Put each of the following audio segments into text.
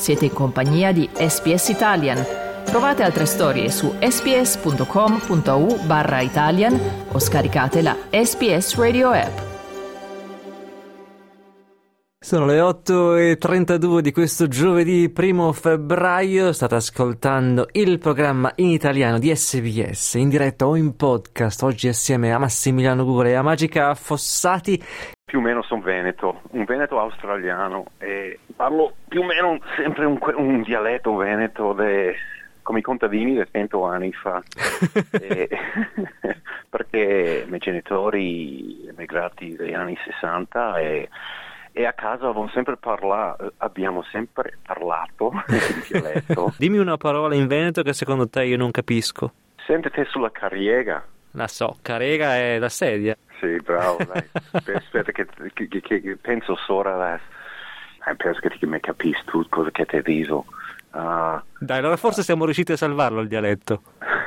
Siete in compagnia di SPS Italian. Trovate altre storie su sps.com.au/Italian o scaricate la SPS Radio app. Sono le 8:32 di questo giovedì 1 febbraio. State ascoltando il programma in italiano di SBS, in diretta o in podcast, oggi assieme a Massimiliano Gure e a Magica Fossati. Più o meno sono veneto, un veneto australiano, e parlo più o meno sempre un dialetto veneto come i contadini di 100 anni fa. Perché i miei genitori emigrati negli anni 60 e a casa abbiamo sempre parlato in dialetto. Dimmi una parola in veneto che secondo te io non capisco. Sentite sulla carriega. La so, carrega è la sedia. Sì, bravo, dai. Aspetta che penso solo adesso. Penso che mi capisci tu cosa che ti dico. Dai, allora forse siamo riusciti a salvarlo il dialetto.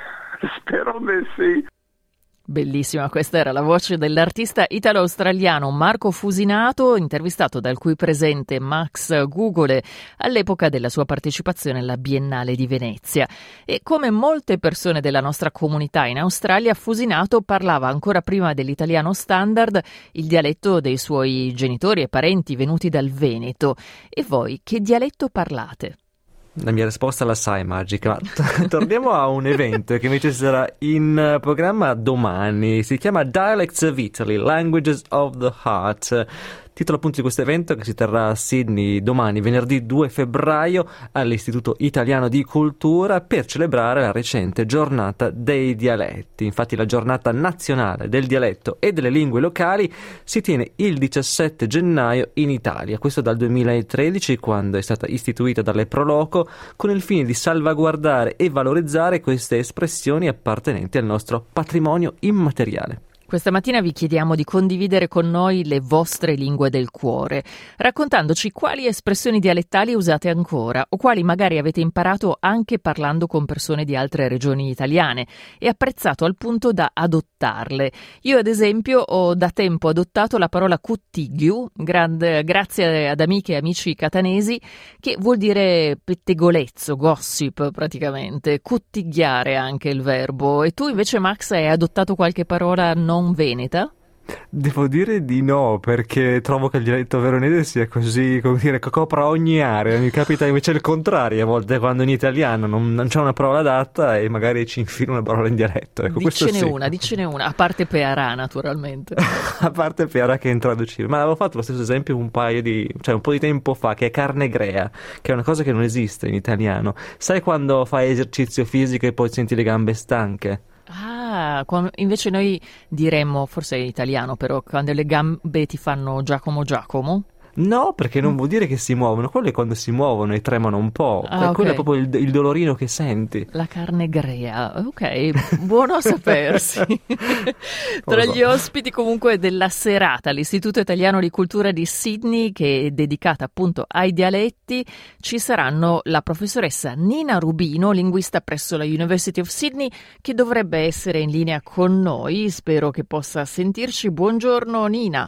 Spero di sì. Bellissima, questa era la voce dell'artista italo-australiano Marco Fusinato, intervistato dal qui presente Max Gugole all'epoca della sua partecipazione alla Biennale di Venezia. E come molte persone della nostra comunità in Australia, Fusinato parlava ancora prima dell'italiano standard il dialetto dei suoi genitori e parenti venuti dal Veneto. E voi che dialetto parlate? La mia risposta la sai, Magica. Torniamo a un evento che invece sarà in programma domani. Si chiama Dialects of Italy, Languages of the Heart. Titolo appunto di questo evento che si terrà a Sydney domani, venerdì 2 febbraio, all'Istituto Italiano di Cultura per celebrare la recente giornata dei dialetti. Infatti la giornata nazionale del dialetto e delle lingue locali si tiene il 17 gennaio in Italia. Questo dal 2013, quando è stata istituita dalle Pro Loco, con il fine di salvaguardare e valorizzare queste espressioni appartenenti al nostro patrimonio immateriale. Questa mattina vi chiediamo di condividere con noi le vostre lingue del cuore, raccontandoci quali espressioni dialettali usate ancora o quali magari avete imparato anche parlando con persone di altre regioni italiane e apprezzato al punto da adottarle. Io ad esempio ho da tempo adottato la parola cuttigliu, grazie ad amiche e amici catanesi, che vuol dire pettegolezzo, gossip praticamente, cuttigliare anche il verbo. E tu invece, Max, hai adottato qualche parola non veneta? Devo dire di no, perché trovo che il dialetto veronese sia così, come dire, che copra ogni area. Mi capita invece il contrario, a volte quando in italiano non c'è una parola adatta e magari ci infilo una parola in dialetto. Ecco, dicene una, a parte pearà naturalmente. A parte pearà che introdurre, ma avevo fatto lo stesso esempio un po' di tempo fa, che è carnegrea, che è una cosa che non esiste in italiano. Sai quando fai esercizio fisico e poi senti le gambe stanche? Invece noi diremmo, forse è italiano però, quando le gambe ti fanno Giacomo? No, perché non vuol dire che si muovono, quello è quando si muovono e tremano un po', quello okay. È proprio il dolorino che senti. La carnegrea, ok, buono a sapersi. Tra gli ospiti comunque della serata, l'Istituto Italiano di Cultura di Sydney, che è dedicata appunto ai dialetti, ci saranno la professoressa Nina Rubino, linguista presso la University of Sydney, che dovrebbe essere in linea con noi, spero che possa sentirci. Buongiorno Nina.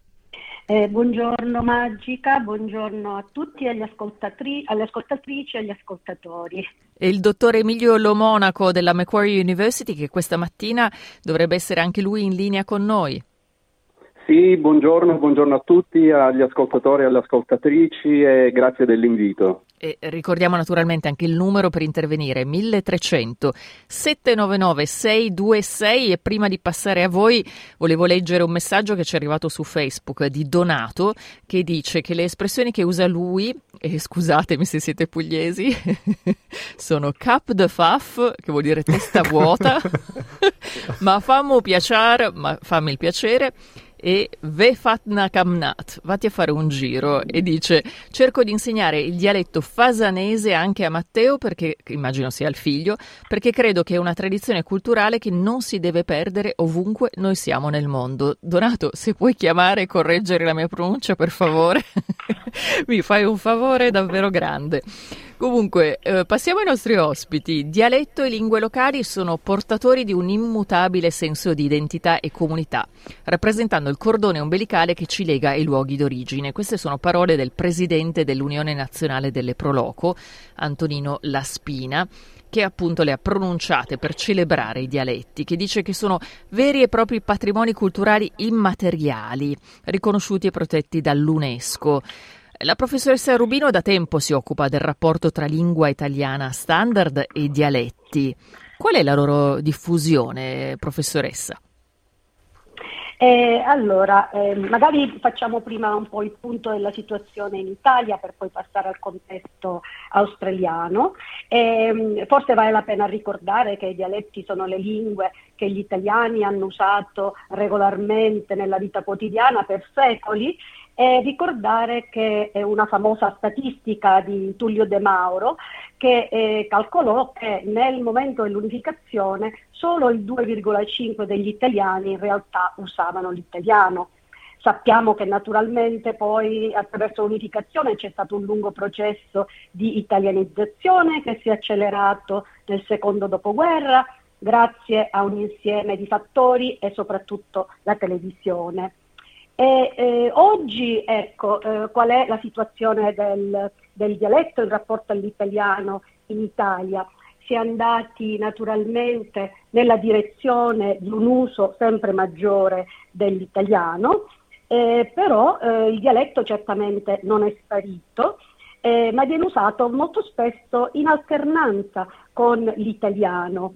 Buongiorno Magica, buongiorno a tutti, alle ascoltatrici e agli ascoltatori. E il dottore Emilio Lomonaco della Macquarie University, che questa mattina dovrebbe essere anche lui in linea con noi. Sì, buongiorno a tutti, agli ascoltatori e alle ascoltatrici e grazie dell'invito. E ricordiamo naturalmente anche il numero per intervenire, 1300 799 626. E prima di passare a voi volevo leggere un messaggio che ci è arrivato su Facebook di Donato, che dice che le espressioni che usa lui, e scusatemi se siete pugliesi, sono cap de faf, che vuol dire testa vuota, ma fammi piacere, ma fammi il piacere, e ve fatna camnat, vatti a fare un giro. E dice: cerco di insegnare il dialetto fasanese anche a Matteo, perché immagino sia il figlio, perché credo che è una tradizione culturale che non si deve perdere ovunque noi siamo nel mondo. Donato, se puoi chiamare e correggere la mia pronuncia, per favore. Mi fai un favore davvero grande. Comunque, passiamo ai nostri ospiti. Dialetto e lingue locali sono portatori di un immutabile senso di identità e comunità, rappresentando il cordone ombelicale che ci lega ai luoghi d'origine. Queste sono parole del presidente dell'Unione Nazionale delle Proloco, Antonino Laspina, che appunto le ha pronunciate per celebrare i dialetti, che dice che sono veri e propri patrimoni culturali immateriali, riconosciuti e protetti dall'UNESCO. La professoressa Rubino da tempo si occupa del rapporto tra lingua italiana standard e dialetti. Qual è la loro diffusione, professoressa? Magari facciamo prima un po' il punto della situazione in Italia per poi passare al contesto australiano. Forse vale la pena ricordare che i dialetti sono le lingue che gli italiani hanno usato regolarmente nella vita quotidiana per secoli, e ricordare che è una famosa statistica di Tullio De Mauro che calcolò che nel momento dell'unificazione solo il 2,5 degli italiani in realtà usavano l'italiano. Sappiamo che naturalmente poi attraverso l'unificazione c'è stato un lungo processo di italianizzazione che si è accelerato nel secondo dopoguerra grazie a un insieme di fattori e soprattutto la televisione. Oggi, qual è la situazione del dialetto in rapporto all'italiano in Italia? Si è andati naturalmente nella direzione di un uso sempre maggiore dell'italiano, però il dialetto certamente non è sparito, ma viene usato molto spesso in alternanza con l'italiano.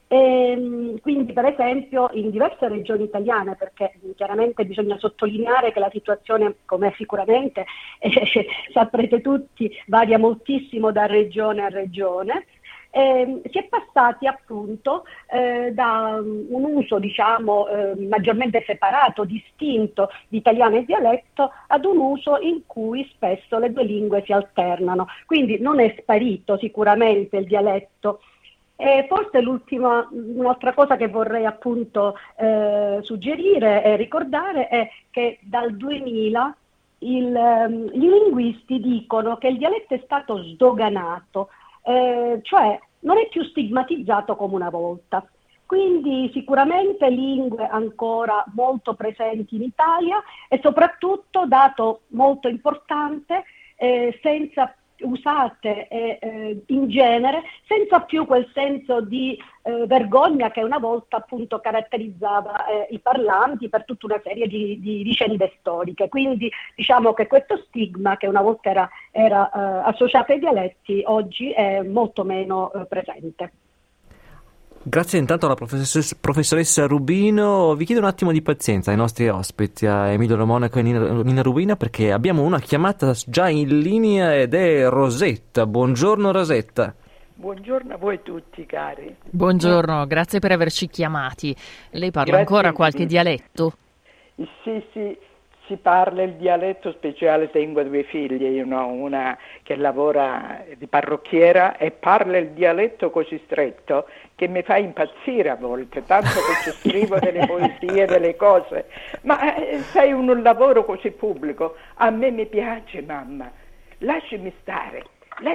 Quindi per esempio in diverse regioni italiane, perché chiaramente bisogna sottolineare che la situazione, come sicuramente saprete tutti, varia moltissimo da regione a regione, si è passati appunto da un uso maggiormente separato, distinto di italiano e dialetto ad un uso in cui spesso le due lingue si alternano. Quindi non è sparito sicuramente il dialetto. Forse un'altra cosa che vorrei appunto suggerire e ricordare è che dal 2000 gli linguisti dicono che il dialetto è stato sdoganato, cioè non è più stigmatizzato come una volta. Quindi sicuramente lingue ancora molto presenti in Italia e soprattutto, dato molto importante, senza usate in genere senza più quel senso di vergogna che una volta appunto caratterizzava i parlanti per tutta una serie di vicende storiche. Quindi diciamo che questo stigma che una volta era associato ai dialetti oggi è molto meno presente. Grazie intanto alla professoressa Rubino. Vi chiedo un attimo di pazienza ai nostri ospiti, a Emilio Lomonaco e Nina Rubino, perché abbiamo una chiamata già in linea ed è Rosetta. Buongiorno Rosetta. Buongiorno a voi tutti cari. Buongiorno, grazie per averci chiamati. Lei parla ancora qualche dialetto? Sì, si parla il dialetto speciale, tengo due figlie, io ho una che lavora di parrucchiera e parla il dialetto così stretto che mi fa impazzire a volte, tanto che ci scrivo delle poesie, delle cose, ma sei un lavoro così pubblico, a me mi piace mamma, lasciami stare,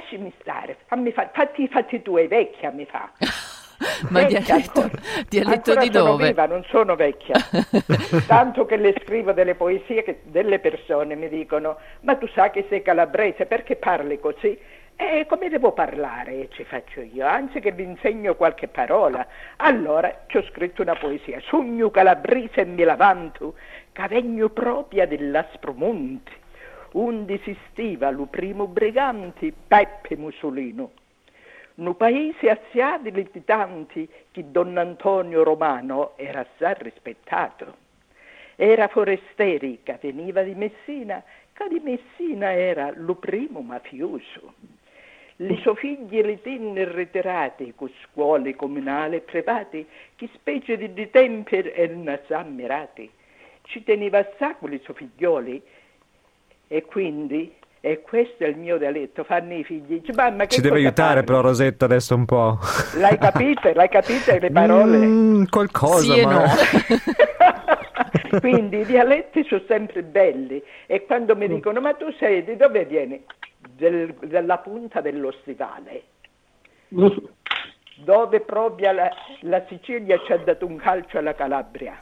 fatti tu, è vecchia mi fa. Ma dialetto di sono dove? Viva, non sono vecchia, tanto che le scrivo delle poesie che delle persone mi dicono ma tu sai che sei calabrese, perché parli così? Come devo parlare? Ci faccio io, anzi che vi insegno qualche parola. Allora ci ho scritto una poesia: sogno calabrese e mi lavanto, cavegno propria dell'Aspromonte, undi si stiva lo primo briganti Peppe Mussolino. No paese assiadi lititanti che Don Antonio Romano era assai rispettato. Era forestieri che veniva di Messina, che di Messina era lo primo mafioso. I suoi figli li tenne ritirati con scuole comunali e private che specie di tempi erano ammirati. Ci teneva assai con i suoi figlioli e quindi... E questo è il mio dialetto, fanno i figli. Mamma, che ci deve aiutare però Rosetta adesso un po'. L'hai capite le parole? Qualcosa, sì ma... no. Quindi i dialetti sono sempre belli, e quando mi dicono ma tu sei di dove vieni? Della punta dello Stivale, dove proprio la Sicilia ci ha dato un calcio alla Calabria.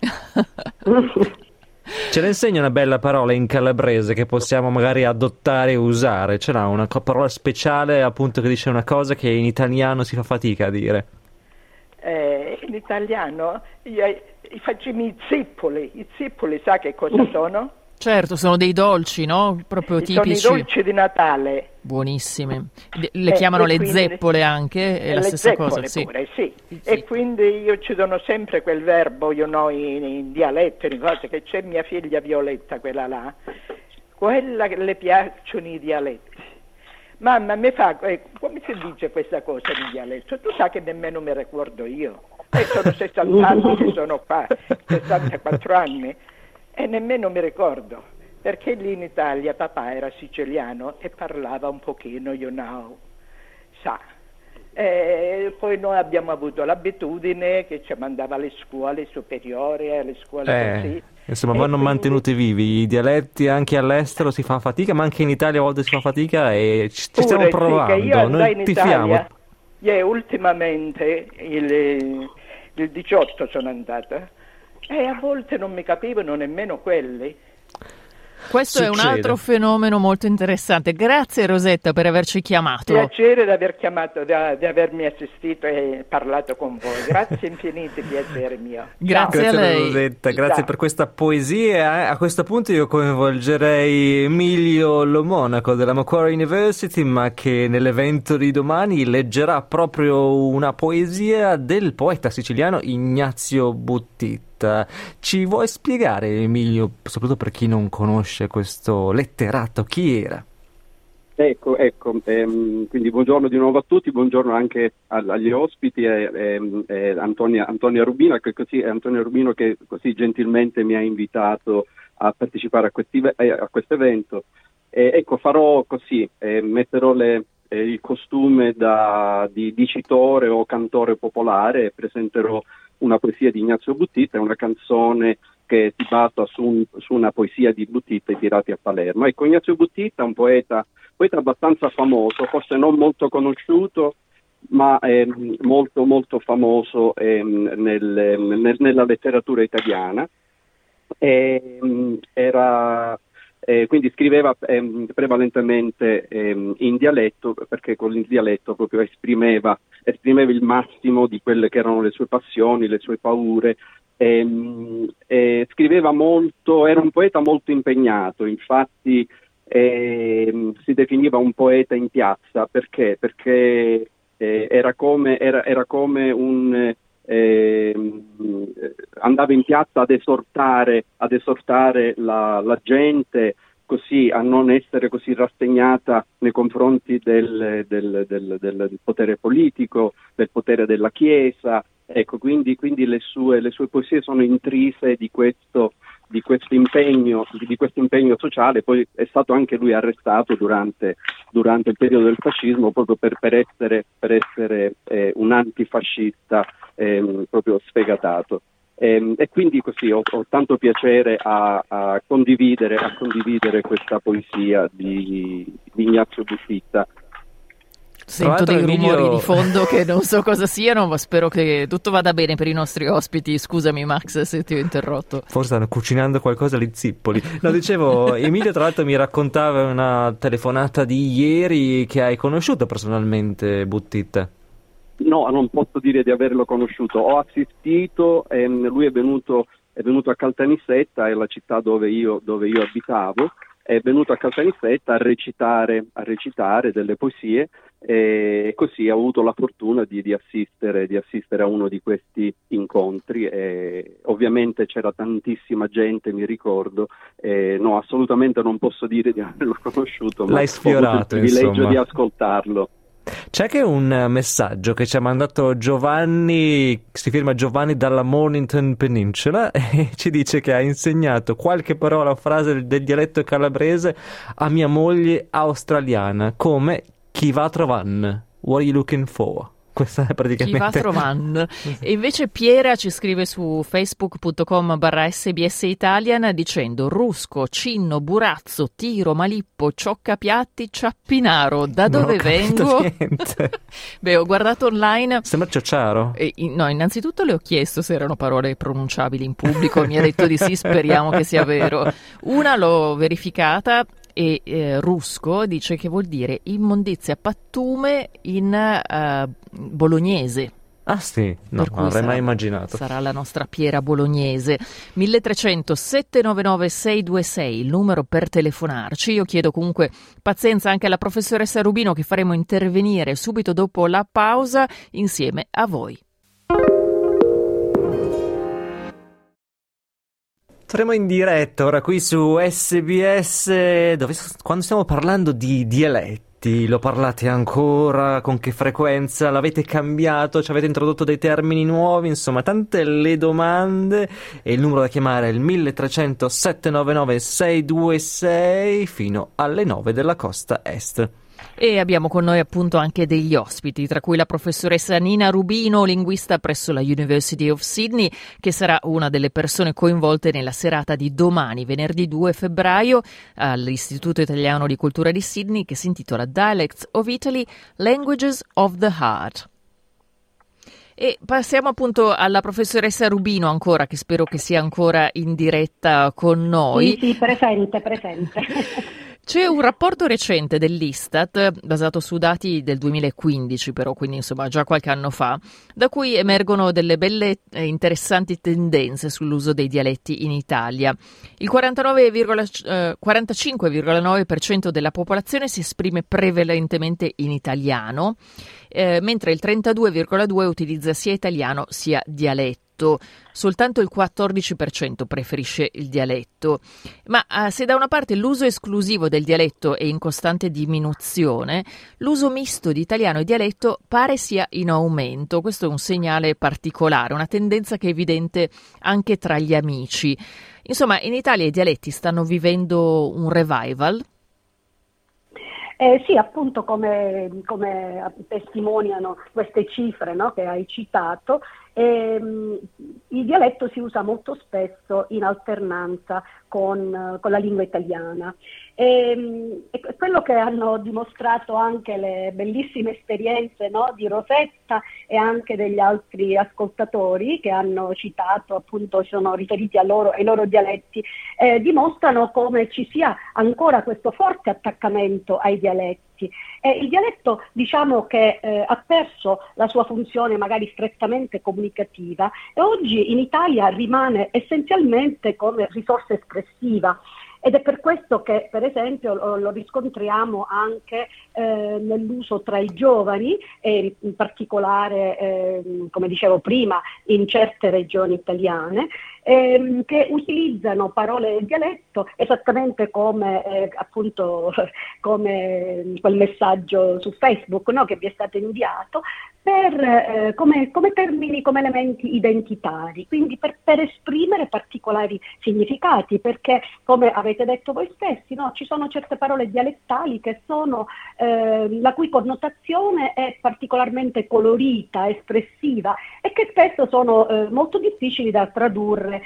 Ce ne insegna una bella parola in calabrese che possiamo magari adottare e usare? Ce n'ha una parola speciale appunto che dice una cosa che in italiano si fa fatica a dire? In italiano facciamo i zippoli, sa che cosa sono? Certo, sono dei dolci, no? Proprio tipici. Sono i dolci di Natale. Buonissimi. Le chiamano le quindi, zeppole anche, è la stessa cosa. Pure, sì. E quindi io ci dono sempre quel verbo, in dialetto, in cose, che c'è mia figlia Violetta, quella là, quella che le piacciono i dialetti. Mamma, mi fa, come si dice questa cosa in dialetto? Tu sai che nemmeno mi ricordo io. Sono 60 anni che sono qua, 64 anni. E nemmeno mi ricordo, perché lì in Italia papà era siciliano e parlava un pochino, sa. E poi noi abbiamo avuto l'abitudine che ci mandava alle scuole superiori, alle scuole così. Insomma, vanno mantenuti vivi i dialetti anche all'estero, si fa fatica, ma anche in Italia a volte si fa fatica e ci stiamo provando. Sì, che io andai in tifiamo. Italia, ultimamente il 18 sono andata. E a volte non mi capivano nemmeno quelli. Questo è un altro fenomeno molto interessante. Grazie Rosetta per averci chiamato. Piacere di aver chiamato, di avermi assistito e parlato con voi. Grazie infinite, piacere mio. Grazie a lei. Rosetta, grazie per questa poesia. A questo punto io coinvolgerei Emilio Lo Monaco della Macquarie University, ma che nell'evento di domani leggerà proprio una poesia del poeta siciliano Ignazio Buttitta. Ci vuoi spiegare, Emilio, soprattutto per chi non conosce questo letterato, chi era? Ecco, quindi buongiorno di nuovo a tutti, buongiorno anche agli ospiti, Antonia Rubino, Antonia Rubino che così gentilmente mi ha invitato a partecipare a questo evento. Ecco, farò così, metterò il costume di dicitore o cantore popolare e presenterò una poesia di Ignazio Buttitta, una canzone che si basa su una poesia di Buttitta, I pirati a Palermo. Ecco, Ignazio Buttitta è un poeta abbastanza famoso, forse non molto conosciuto, ma molto molto famoso nella letteratura italiana. Quindi scriveva prevalentemente in dialetto, perché con il dialetto proprio esprimeva il massimo di quelle che erano le sue passioni, le sue paure. Scriveva molto, era un poeta molto impegnato, infatti si definiva un poeta in piazza perché era come andava in piazza ad esortare la gente così a non essere così rassegnata nei confronti del potere politico, del potere della Chiesa. Ecco, quindi le sue poesie sono intrise di questo impegno sociale. Poi è stato anche lui arrestato durante il periodo del fascismo proprio per essere un antifascista proprio sfegatato. E quindi così ho tanto piacere a condividere questa poesia di Ignazio Buttitta. Sento dei rumori di fondo che non so cosa siano, ma spero che tutto vada bene per i nostri ospiti. Scusami Max se ti ho interrotto. Forse stanno cucinando qualcosa lì zippoli. No, dicevo, Emilio tra l'altro mi raccontava una telefonata di ieri che hai conosciuto personalmente Buttitta. No, non posso dire di averlo conosciuto. Ho assistito, lui è venuto a Caltanissetta, è la città dove io abitavo. È venuto a Caltanissetta a recitare delle poesie e così ho avuto la fortuna di assistere a uno di questi incontri. Ovviamente c'era tantissima gente, mi ricordo, no, assolutamente non posso dire di averlo conosciuto, ma l'hai sfiorato, ho avuto il privilegio insomma, di ascoltarlo. C'è anche un messaggio che ci ha mandato Giovanni, si firma Giovanni dalla Mornington Peninsula, e ci dice che ha insegnato qualche parola o frase del dialetto calabrese a mia moglie australiana, come chi va trovando, what are you looking for? Questa è praticamente... Chi va trovando. E invece Piera ci scrive su facebook.com/SBS Italian dicendo: Rusco, Cinno, Burazzo, Tiro, Malippo, Cioccapiatti, Ciappinaro. Da dove vengo? Beh, ho guardato online. Sembra Ciociaro. No, innanzitutto le ho chiesto se erano parole pronunciabili in pubblico, mi ha detto di sì, speriamo che sia vero. Una l'ho verificata. E Rusco dice che vuol dire immondizia, pattume in bolognese. Ah sì, no, non avrei mai immaginato. Sarà la nostra Piera bolognese. 1300 799 626, il numero per telefonarci. Io chiedo comunque pazienza anche alla professoressa Rubino, che faremo intervenire subito dopo la pausa insieme a voi. Saremo in diretta ora qui su SBS, dove quando stiamo parlando di dialetti, lo parlate ancora, con che frequenza, l'avete cambiato, ci avete introdotto dei termini nuovi, insomma tante le domande, e il numero da chiamare è il 1300 799 626 fino alle 9 della costa est. E abbiamo con noi appunto anche degli ospiti, tra cui la professoressa Nina Rubino, linguista presso la University of Sydney, che sarà una delle persone coinvolte nella serata di domani, venerdì 2 febbraio, all'Istituto Italiano di Cultura di Sydney, che si intitola Dialects of Italy, Languages of the Heart. E passiamo appunto alla professoressa Rubino ancora, che spero che sia ancora in diretta con noi. Sì, presente. C'è un rapporto recente dell'Istat, basato su dati del 2015 però, quindi insomma già qualche anno fa, da cui emergono delle belle e interessanti tendenze sull'uso dei dialetti in Italia. Il 45,9% della popolazione si esprime prevalentemente in italiano, mentre il 32,2% utilizza sia italiano sia dialetto. Soltanto il 14% preferisce il dialetto. Ma se da una parte l'uso esclusivo del dialetto è in costante diminuzione, l'uso misto di italiano e dialetto pare sia in aumento. Questo è un segnale particolare, una tendenza che è evidente anche tra gli amici. Insomma, in Italia i dialetti stanno vivendo un revival. Sì, appunto come testimoniano queste cifre, no, che hai citato, il dialetto si usa molto spesso in alternanza con la lingua italiana. E quello che hanno dimostrato anche le bellissime esperienze, no, di Rosetta e anche degli altri ascoltatori che hanno citato, appunto sono riferiti ai loro dialetti, dimostrano come ci sia ancora questo forte attaccamento ai dialetti. Il dialetto, diciamo che ha perso la sua funzione magari strettamente comunicativa e oggi in Italia rimane essenzialmente come risorsa espressiva. Ed è per questo che, per esempio, lo riscontriamo anche nell'uso tra i giovani, e in particolare, come dicevo prima, in certe regioni italiane, che utilizzano parole del dialetto esattamente come appunto come quel messaggio su Facebook, no, che vi è stato inviato, come termini, come elementi identitari, quindi per esprimere particolari significati, perché come avete detto voi stessi, no, ci sono certe parole dialettali che sono la cui connotazione è particolarmente colorita, espressiva e che spesso sono molto difficili da tradurre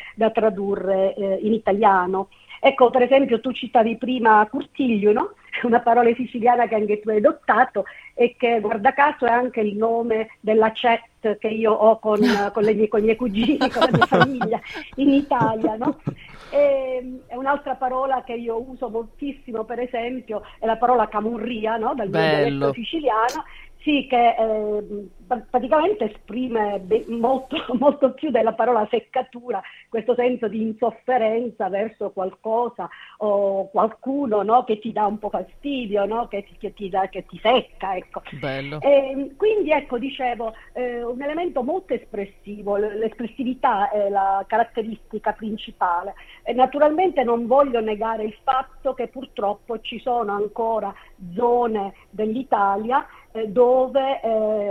in italiano. Ecco, per esempio, tu citavi prima Curtiglio, no? Una parola siciliana che anche tu hai adottato e che, guarda caso, è anche il nome della chat che io ho con i miei cugini, con la mia famiglia in Italia, no? È un'altra parola che io uso moltissimo, per esempio, è la parola camurria, no? Dal mio dialetto siciliano. Sì, che praticamente esprime molto, molto più della parola seccatura, questo senso di insofferenza verso qualcosa o qualcuno, no, che ti dà un po' fastidio, no, che ti secca, ecco. Bello. Quindi ecco, dicevo, un elemento molto espressivo, l'espressività è la caratteristica principale. Naturalmente non voglio negare il fatto che purtroppo ci sono ancora zone dell'Italia dove alcune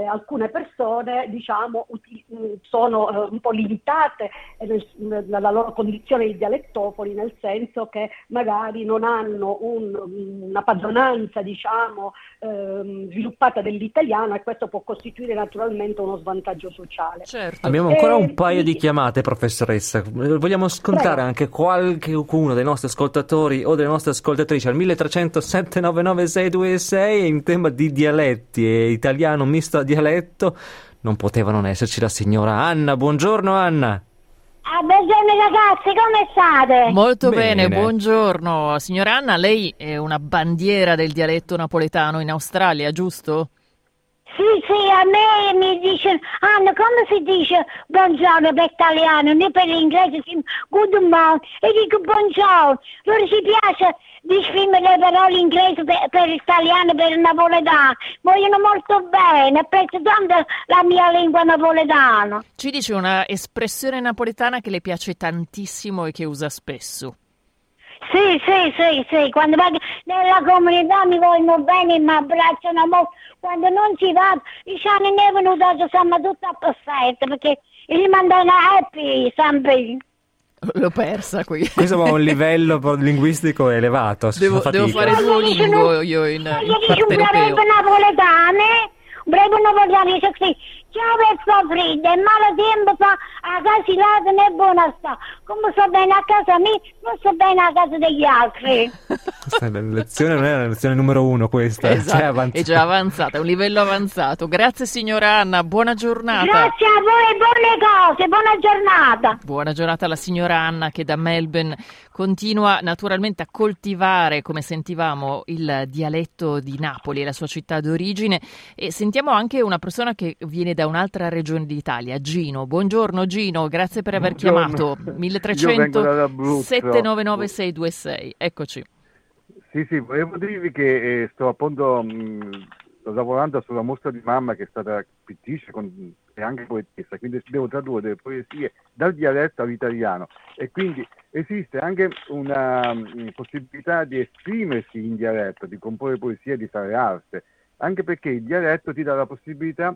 alcune persone, diciamo, sono un po' limitate nella loro condizione di dialettofoni, nel senso che magari non hanno una padronanza, diciamo, sviluppata dell'italiano, e questo può costituire naturalmente uno svantaggio sociale. Certo. Abbiamo ancora un paio di chiamate, professoressa. Vogliamo ascoltare anche qualcuno dei nostri ascoltatori o delle nostre ascoltatrici al 1300 799 626 in tema di dialetti e italiano misto a dialetto. Non poteva non esserci la signora Anna. Buongiorno Anna. Buongiorno ragazzi, come state? Molto bene, buongiorno. Signora Anna, lei è una bandiera del dialetto napoletano in Australia, giusto? Sì, a me mi dice, Anna, come si dice buongiorno per italiano? Noi per l'inglese si good morning, e dico buongiorno. Loro ci piace di scrivere le parole inglesi per italiano, per il napoletano. Vogliono molto bene, apprezzo tanto la mia lingua napoletana. Ci dice una espressione napoletana che le piace tantissimo e che usa spesso. Sì, quando vado nella comunità mi vogliono bene e mi abbracciano molto. Quando non ci vado, diciamo, ne è venuto oggi, siamo tutti a perfetto, perché gli mandano happy sempre. L'ho persa qui. Questo è un livello linguistico elevato. Devo fare Duolingo io in partenopeo. Breve napoletano dice così: ciao per freddo, è malo tempo fa a casa là non è buona sta. Come sto bene a casa mia, non sto bene a casa degli altri. Questa è la lezione, non è la lezione numero 1 questa. Esatto, è già avanzata, è un livello avanzato. Grazie signora Anna, buona giornata. Grazie a voi, buone cose, buona giornata. Buona giornata alla signora Anna che da Melbourne continua naturalmente a coltivare, come sentivamo, il dialetto di Napoli, la sua città d'origine, e sentiamo anche una persona che viene da un'altra regione d'Italia, Gino. Buongiorno Gino, grazie per aver chiamato. 1300 799 626. Eccoci. Sì, volevo dirvi che sto appunto sto lavorando sulla mostra di mamma, che è stata pittrice e anche poetessa, quindi devo tradurre delle poesie dal dialetto all'italiano, e quindi esiste anche una possibilità di esprimersi in dialetto, di comporre poesie, di fare arte, anche perché il dialetto ti dà la possibilità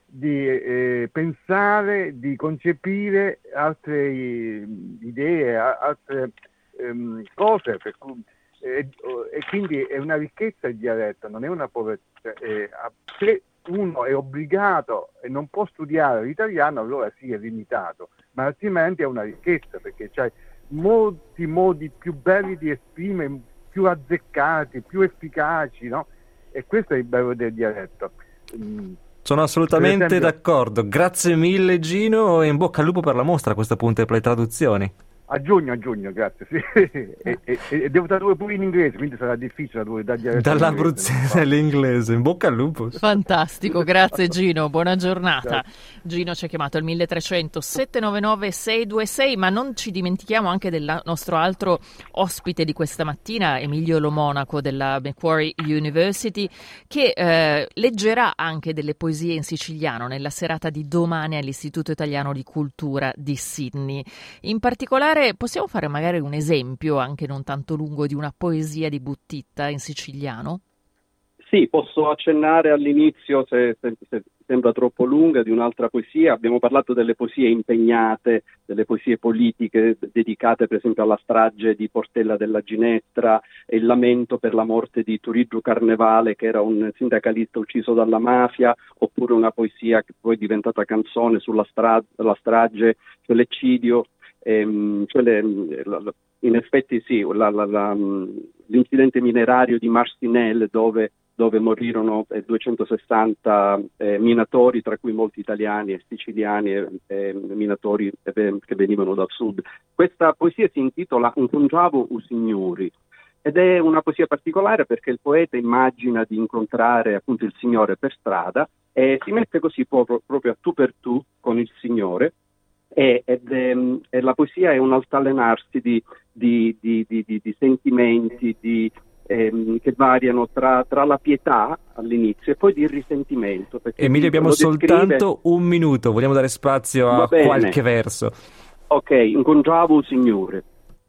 di pensare, di concepire altre idee, altre cose, per cui, e quindi è una ricchezza il dialetto, non è una povertà. Se uno è obbligato e non può studiare l'italiano, allora sì, è limitato, ma altrimenti è una ricchezza, perché c'hai molti modi più belli di esprimere, più azzeccati, più efficaci, no? E questo è il bello del dialetto. Sono assolutamente d'accordo. Grazie mille Gino, e in bocca al lupo per la mostra a questo punto e per le traduzioni. A giugno, grazie. Sì. E devo tradurre pure in inglese, quindi sarà difficile tradurre dall'abruzzese all'inglese. In bocca al lupo. Fantastico, grazie Gino, buona giornata. Gino ci ha chiamato al 1300 799 626, ma non ci dimentichiamo anche del nostro altro ospite di questa mattina, Emilio Lo Monaco della Macquarie University, che leggerà anche delle poesie in siciliano nella serata di domani all'Istituto Italiano di Cultura di Sydney. In particolare possiamo fare magari un esempio, anche non tanto lungo, di una poesia di Buttitta in siciliano? Sì, posso accennare all'inizio, se sembra troppo lunga, di un'altra poesia. Abbiamo parlato delle poesie impegnate, delle poesie politiche dedicate per esempio alla strage di Portella della Ginestra e il lamento per la morte di Turiddu Carnevale, che era un sindacalista ucciso dalla mafia, oppure una poesia che poi è diventata canzone sulla strage, cioè l'eccidio. In effetti sì, l'incidente minerario di Marcinelle dove morirono 260 minatori, tra cui molti italiani e siciliani, minatori che venivano dal sud. Questa poesia si intitola Un congiavo usignori ed è una poesia particolare perché il poeta immagina di incontrare appunto il Signore per strada e si mette così proprio a tu per tu con il Signore. E la poesia è un altalenarsi di sentimenti che variano tra la pietà all'inizio e poi di risentimento. Emilio, abbiamo soltanto un minuto, vogliamo dare spazio a qualche verso. Ok, incontravo il Signore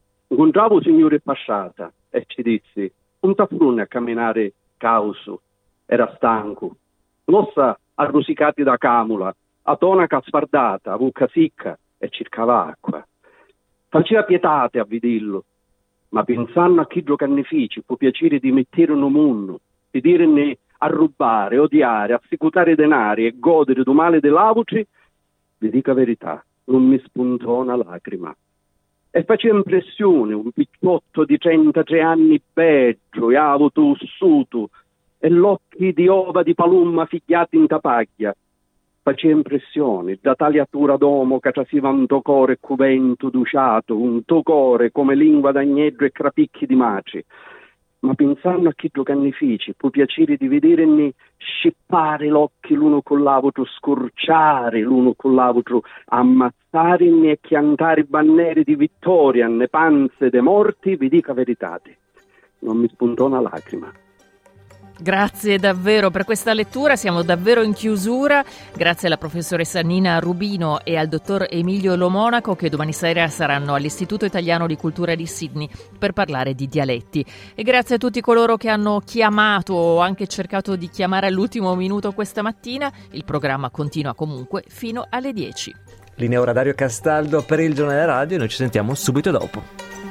passata e ci dissi: un tafrune a camminare causo, era stanco, l'ossa arrosicati da camula, a tonaca sfardata, a bucca sicca e cercava acqua. Faceva pietate a vedillo, ma pensando a chi giocannifici può piacere di mettere un mondo, di dirne a rubare, odiare, a secutare denari e godere do male dell'avuci, vi dico la verità, non mi spuntò una lacrima. E faceva impressione un picciotto di 33 anni peggio, e avuto ussuto, e l'occhi di ova di palumma figliati in tapaglia. Faceva impressione, da tale attura d'uomo che trasiva un tocore cubento d'usciato, un tocore come lingua d'agnello e crapicchi di maci. Ma pensando a chi giocannifici può piacere di vedermi scippare l'occhio l'uno con l'altro, scorciare l'uno con l'altro, ammazzarmi e chiantare bannere di vittoria ne panze de morti, vi dica verità, non mi spuntò una lacrima. Grazie davvero per questa lettura, siamo davvero in chiusura. Grazie alla professoressa Nina Rubino e al dottor Emilio Lo Monaco, che domani sera saranno all'Istituto Italiano di Cultura di Sydney per parlare di dialetti. E grazie a tutti coloro che hanno chiamato o anche cercato di chiamare all'ultimo minuto questa mattina. Il programma continua comunque fino alle 10. Linea ora Dario Castaldo per il Giornale Radio e noi ci sentiamo subito dopo.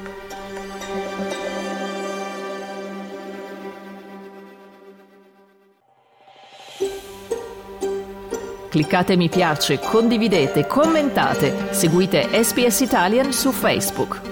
Cliccate mi piace, condividete, commentate, seguite SPS Italian su Facebook.